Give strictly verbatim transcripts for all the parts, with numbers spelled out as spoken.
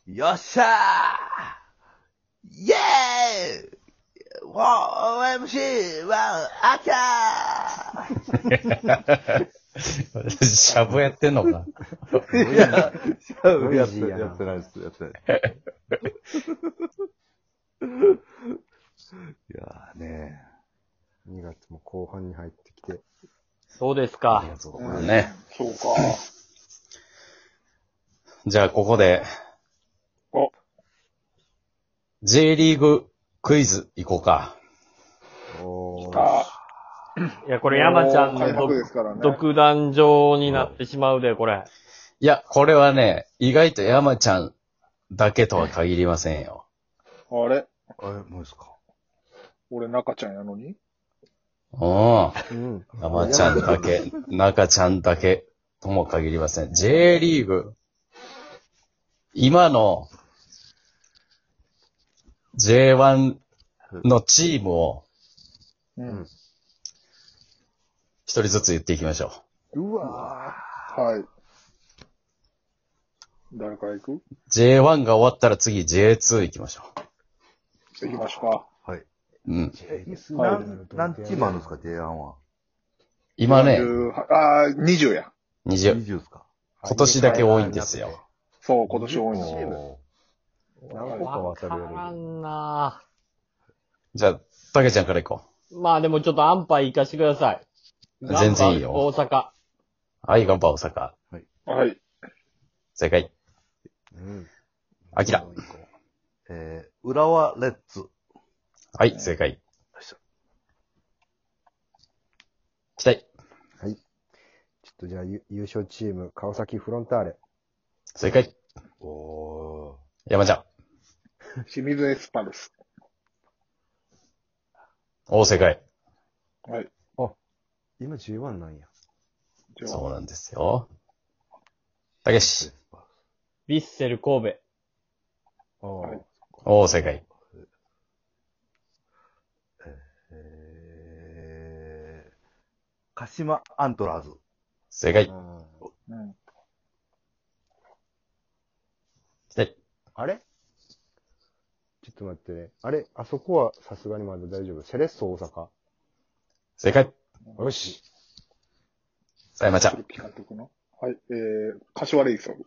よっしゃーイェーイ !オーエムシー は赤しゃぶやってんのかいや、シャブやって、やってないです、やってない。いやーねにがつも後半に入ってきて。 そうですか。 そうね。 そうか。 じゃあ、ここで、 お J リーグクイズ行こうか。 おー。 あいや、これ山ちゃんの開幕独ですからね。 独壇場になってしまうで、これ。 いや、これはね、意外と山ちゃんだけとは限りませんよ。 あれあれ、もうですか。 俺中ちゃんやのにうん。 うん。 山ちゃんだけ、中ちゃんだけとも限りません。J リーグ、今の ジェイワン のチームをうん。 一人ずつ言っていきましょうわはい。誰から行くう。ジェイワン が終わったら次 ジェイツー 行きましょ行きましょうか。 はい。 う。うん。 え、 はい何、何チームあるんですか、ジェイワン は。 今ね、 よんじゅうあー、にじゅうや。 にじゅう。 にじゅうですか。 今年だけ多いんですよ。 そう、今年多いの。 お何個かわ渡るよからね。 んなじゃあ、たけちゃんから行こまあでもちょっと安牌行かしてください。 全然いいよ大阪。 う。はい、ガンバ大阪。 はい。 正解。 うん。 アキラ。 えー、浦和レッズ。 はい、正解。期待。 はい。ちょっとじゃあゆ優勝チーム、川崎フロンターレ。 正解。 おー。 山ちゃん。 清水エスパルス。 大正解。 はい。 今 ジェイワン なんや。 じゃあそうなんですよ。たけし。 ヴィッセル神戸。 ああ。 はい大正解。 えー、鹿島アントラーズ。 正解。 うん。 期待。 あれちょっと待ってね。あれあそこはさすがにまだ大丈夫。セレッソ大阪。 正解。 よし。 さあ、山ちゃん。 古木監督の。はい。えー、柏レイソル。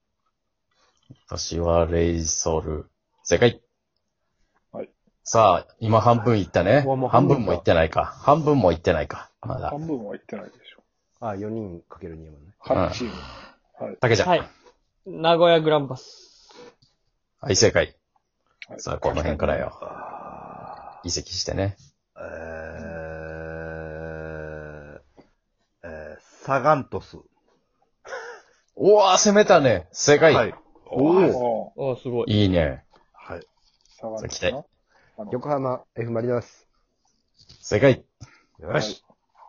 柏レイソル。正解。 はい。 さあ、今半分いったねうわもう。半分か半分もいってないか。半分もいってないか。まだ。 半分は行ってないでしょ。 あ、よにんかけるにやもんね。 はちチーム。はい。 たけちゃん。 はい。名古屋グランパス。 はい、正解。 はいさあ、この辺からよ。 あ移籍してね。 ーえー、えー、サガントス。 おー、攻めたね。正解。 はい。 おお。 おーすごい。 いいね。 はい。 下がる期待かな。あの横浜 F マリノス。 正解。 よし。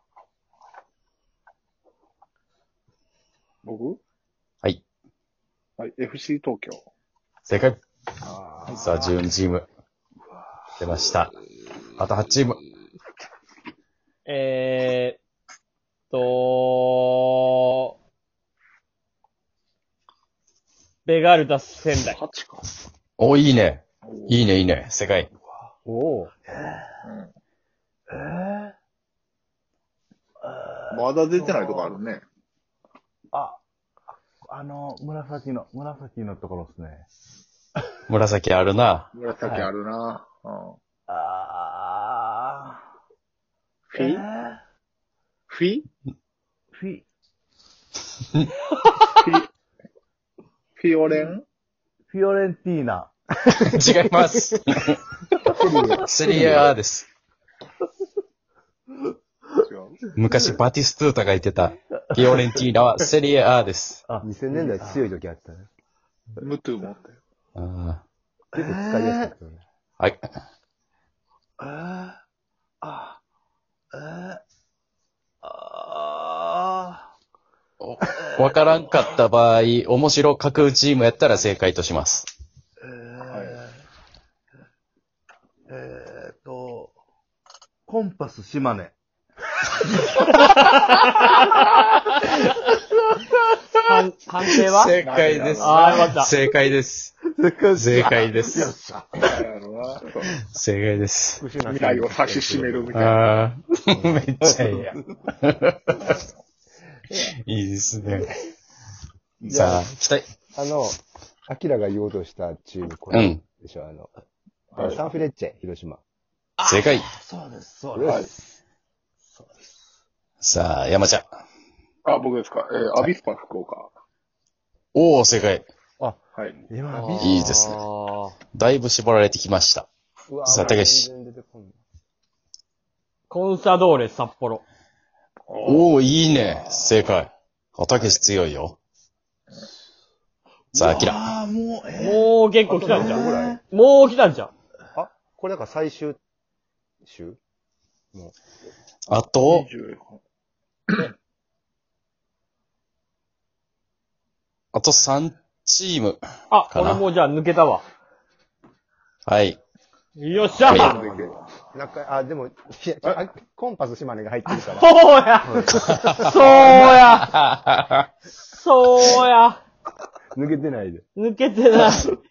僕はい。 はい。エフシー 東京。 正解。 あさあ、じゅうにチーム。出ました。あとはちチーム。 えーっと、ベガルタス仙台。 はちか。 お、いいね。いいね、いいね。正解。 おお。 うん。 えー、 まだ出てないとこあるね。 あ、あの、紫の、紫のところですね。 紫あるな。 紫あるな。うん。 あフィー、 フィフィ、 フィ、フィオレンフィオレンティーナ。 違います。セリアです。 違う。 昔バティストゥータが言ってた。フィオレンティーナはセリアです。 にせんねんだい強い時あったね。 ムトゥもあったよ。 あ結構使いやすかったよね。 ーはい。 えー、あ、えー、あおわからんかった場合、面白架空チームやったら正解とします。 ー、えー、 はいえーっと、コンパス島根。 判判定は正解です。 あーよかった正解です。 正解です。 よっしゃ。 やろな。そう正解です。 特殊な未来を指し示めるみたいな。 あー、めっちゃいいや。いいですね。さあ、期待。 あの、アキラが言おうとしたチーム、これうん。 でしょ、あの、 はいサンフレッチェ、広島。 正解。 そうです、そうです。 さあ、山ちゃん。 あ、僕ですか。えー、アビスパ福岡。 おー、正解。 はい。 今、 あーいいですねだいぶ絞られてきました。 うわさあ、たけし。 全然出てこんのコンサドーレ札幌。 おー、いいね。正解。あ、たけし強いよ。さあ、あきら。 ああ、もう、えー、 もう結構来たんじゃあと何個ぐらん。 いもう来たんじゃん。 あ、これだから最終週もう。 あと、 にじゅうあとさんチーム。 あ、 かな俺もうじゃあ抜けたわ。 はい。 よっしゃ、 はいなんか、あ、でも、いやあコンパス島根が入ってるから。 そうやそうやそうや抜けてないで。 抜けてない。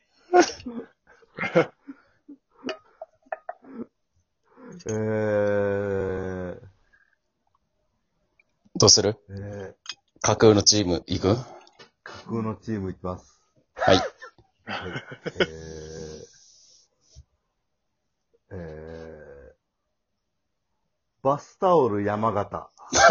えー、 どうするえー、 架空のチーム行く架空のチームいきます。 はい。 はい。えー、えー、バスタオル山形。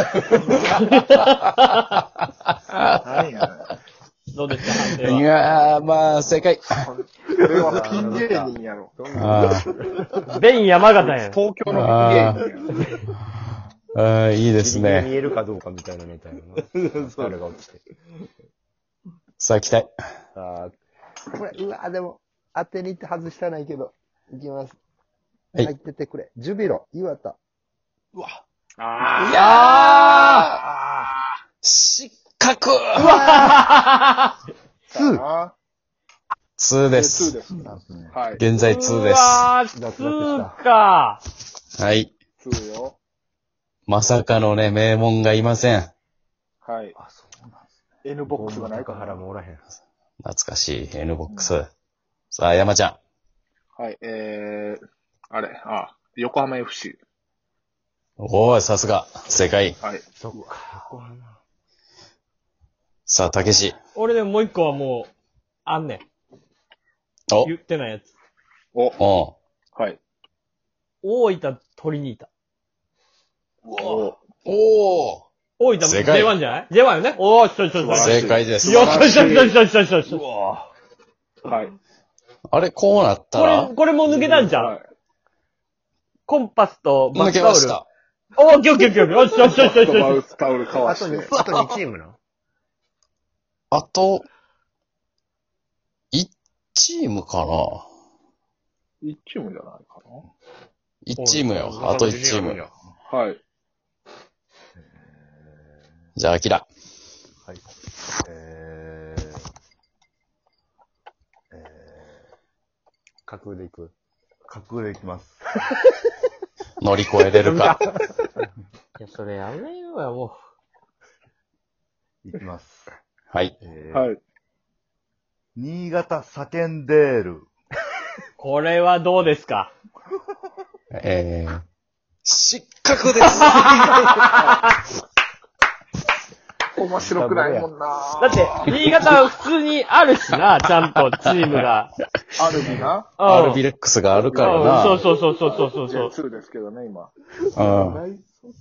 何やどうですか、判定いは。 やー、まあ、正解。 これはピン芸人やろ。 あーベン山形やん。 東京のピン芸人やろ。 あー、いいです見ね。 えるかどうかみたいなネタやな。誰が落ちて。 さあ、期待。 あーこれ、うわ、でも、当てに行って外したないけど。いきます。 はい入っててくれ。ジュビロ、岩田。 うわ。 あいやー失格あ。ツー。 にです。 ツーです。 なんですね。 はい。 現在にです。 うはわー、ツーか。 い。 ツーよ。 まさかのね、名門がいません。 はい。 あ、そうなんですね。 N ボックスがないか高ら。 原もおらへん。 懐かしい N ボックス。さあ、山ちゃん。 はい。えー、あれ、あ、横浜 エフシー。 おーい、さすが。正解。 はい。 そっか。横浜。 さあ、たけし。 俺でももう一個はもう、あんねん。 お、 言ってないやつ。 お、 おはい。 大分トリニータ。 お、 おー大分正解ジェイワン じゃない ?ジェイワン よねおー、しょしょしょ。 正解です。 よしよしよしよしよしよしよしよし。 はい。 あれ、こうなったこられ、これもう抜けたんじゃん。 はい。 コンパスとバ抜スタオル。 けました。 おー、オッケーオッケーオッケー。よしよしよしよしバよし。 ウスタオルかわあとに、 して。 あとにチームな。 あと、いちチームかないちチームじゃないか ?いち チームよ。あといちチーム。 な。はい。 じゃあ、アキラ。 はい。えー、え架空でいく。 ー、架空でいきます。 乗り越えれるか。 いや、それやめようや、もいきます。 はい。 えー、 はい。 新潟サケンデール。 う。これはどうですかえー、失格です。 面白くないもんなだって、新潟は普通にあるしな、ちゃんとチームが。 アルビな。 アルビレックスがあるからな。 うんそうそうそうそうそうそう。 ジェイツー ですけどね、今。 うん。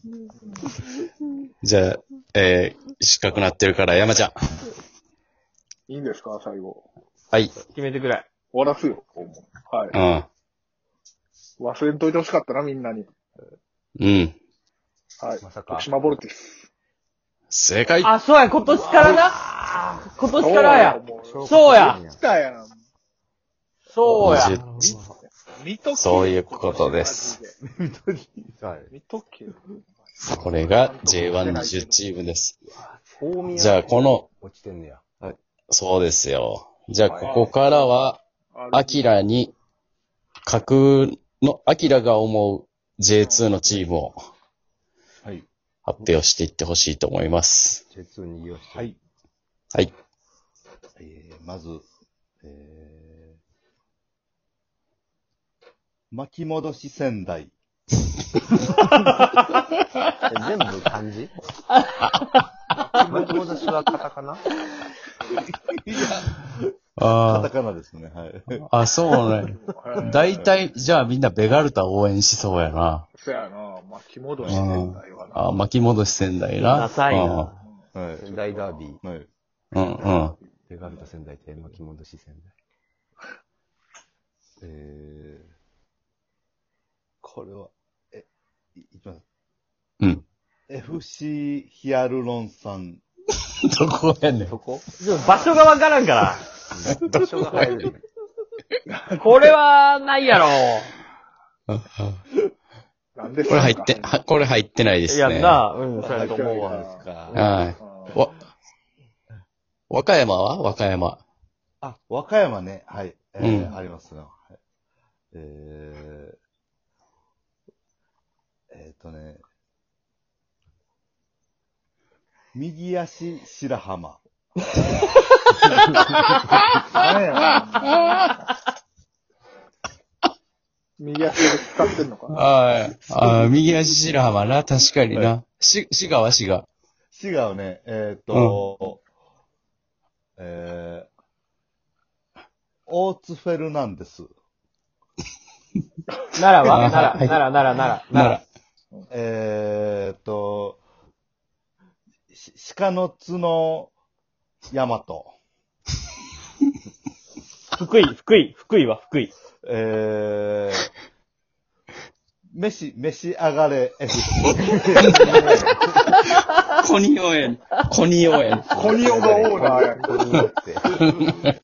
じゃあ、えー、失格なってるから、山ちゃん。 いいんですか、最後。 はい。 決めてくれ。 終わらすよ。はい。 うん。 忘れんといてほしかったな、みんなに。 うん。 はい。 まさか徳。島ボルティス。 正解。 あ、そうや、今年からな。今年からや。 もうそうや。 来たやん。 そうや。 にじゅう見とけ。 そういうことです。 はい。 見とけ。 これが ジェイワンにじゅう チームです。 大宮じゃあ、この、 落ちてんねや。 そうですよ。じゃあ、ここからは、アキラに、架空の、アキラが思う ジェイツー のチームをはい。 発表していってほしいと思います。 ジェイツーに利用して。 はい。 はい。 えー、まず、え巻き戻し仙台。 全部漢字巻き戻しはカタカナいや、 あカタカナですね、はい。 あ。あ、そうね。大体、じゃあみんなベガルタ応援しそうやな。 そやな、巻き戻し仙台はな。 あ、巻き戻し仙台な。 ダサいな。 はい。 仙台ダービー。 はい。 うんうん。 ベガルタ仙台って巻き戻し仙台。 えー、これは、え、いいきます。 うん。 エフシー ヒアルロン酸。 どこやねん。 そこちょっと場所がわからんから。 場所が入る。 これは、ないやろ。 なんでこれ入って、はこれ入ってないですね。 いやんな。うん、そうやと思うわ。 ですか。 はい。わ、和歌山は和歌山。 あ、和歌山ね。はい。えーうんありますね。はい、えー、えーとね、右足白浜。 何や。右足で使ってんのかな。 はい。ああ、右足白浜な。確かにな。し、滋賀は滋賀。 滋賀はね、えーと、えー、オーツフェルナンデス。 奈良はあ奈良、奈良、奈良、奈良、奈えーと、し鹿の角大和。 良。福井、福井、福井は福井。 えー、飯、飯上がれ F。 コニオ園。コニオ園。 コニオがオーナーや。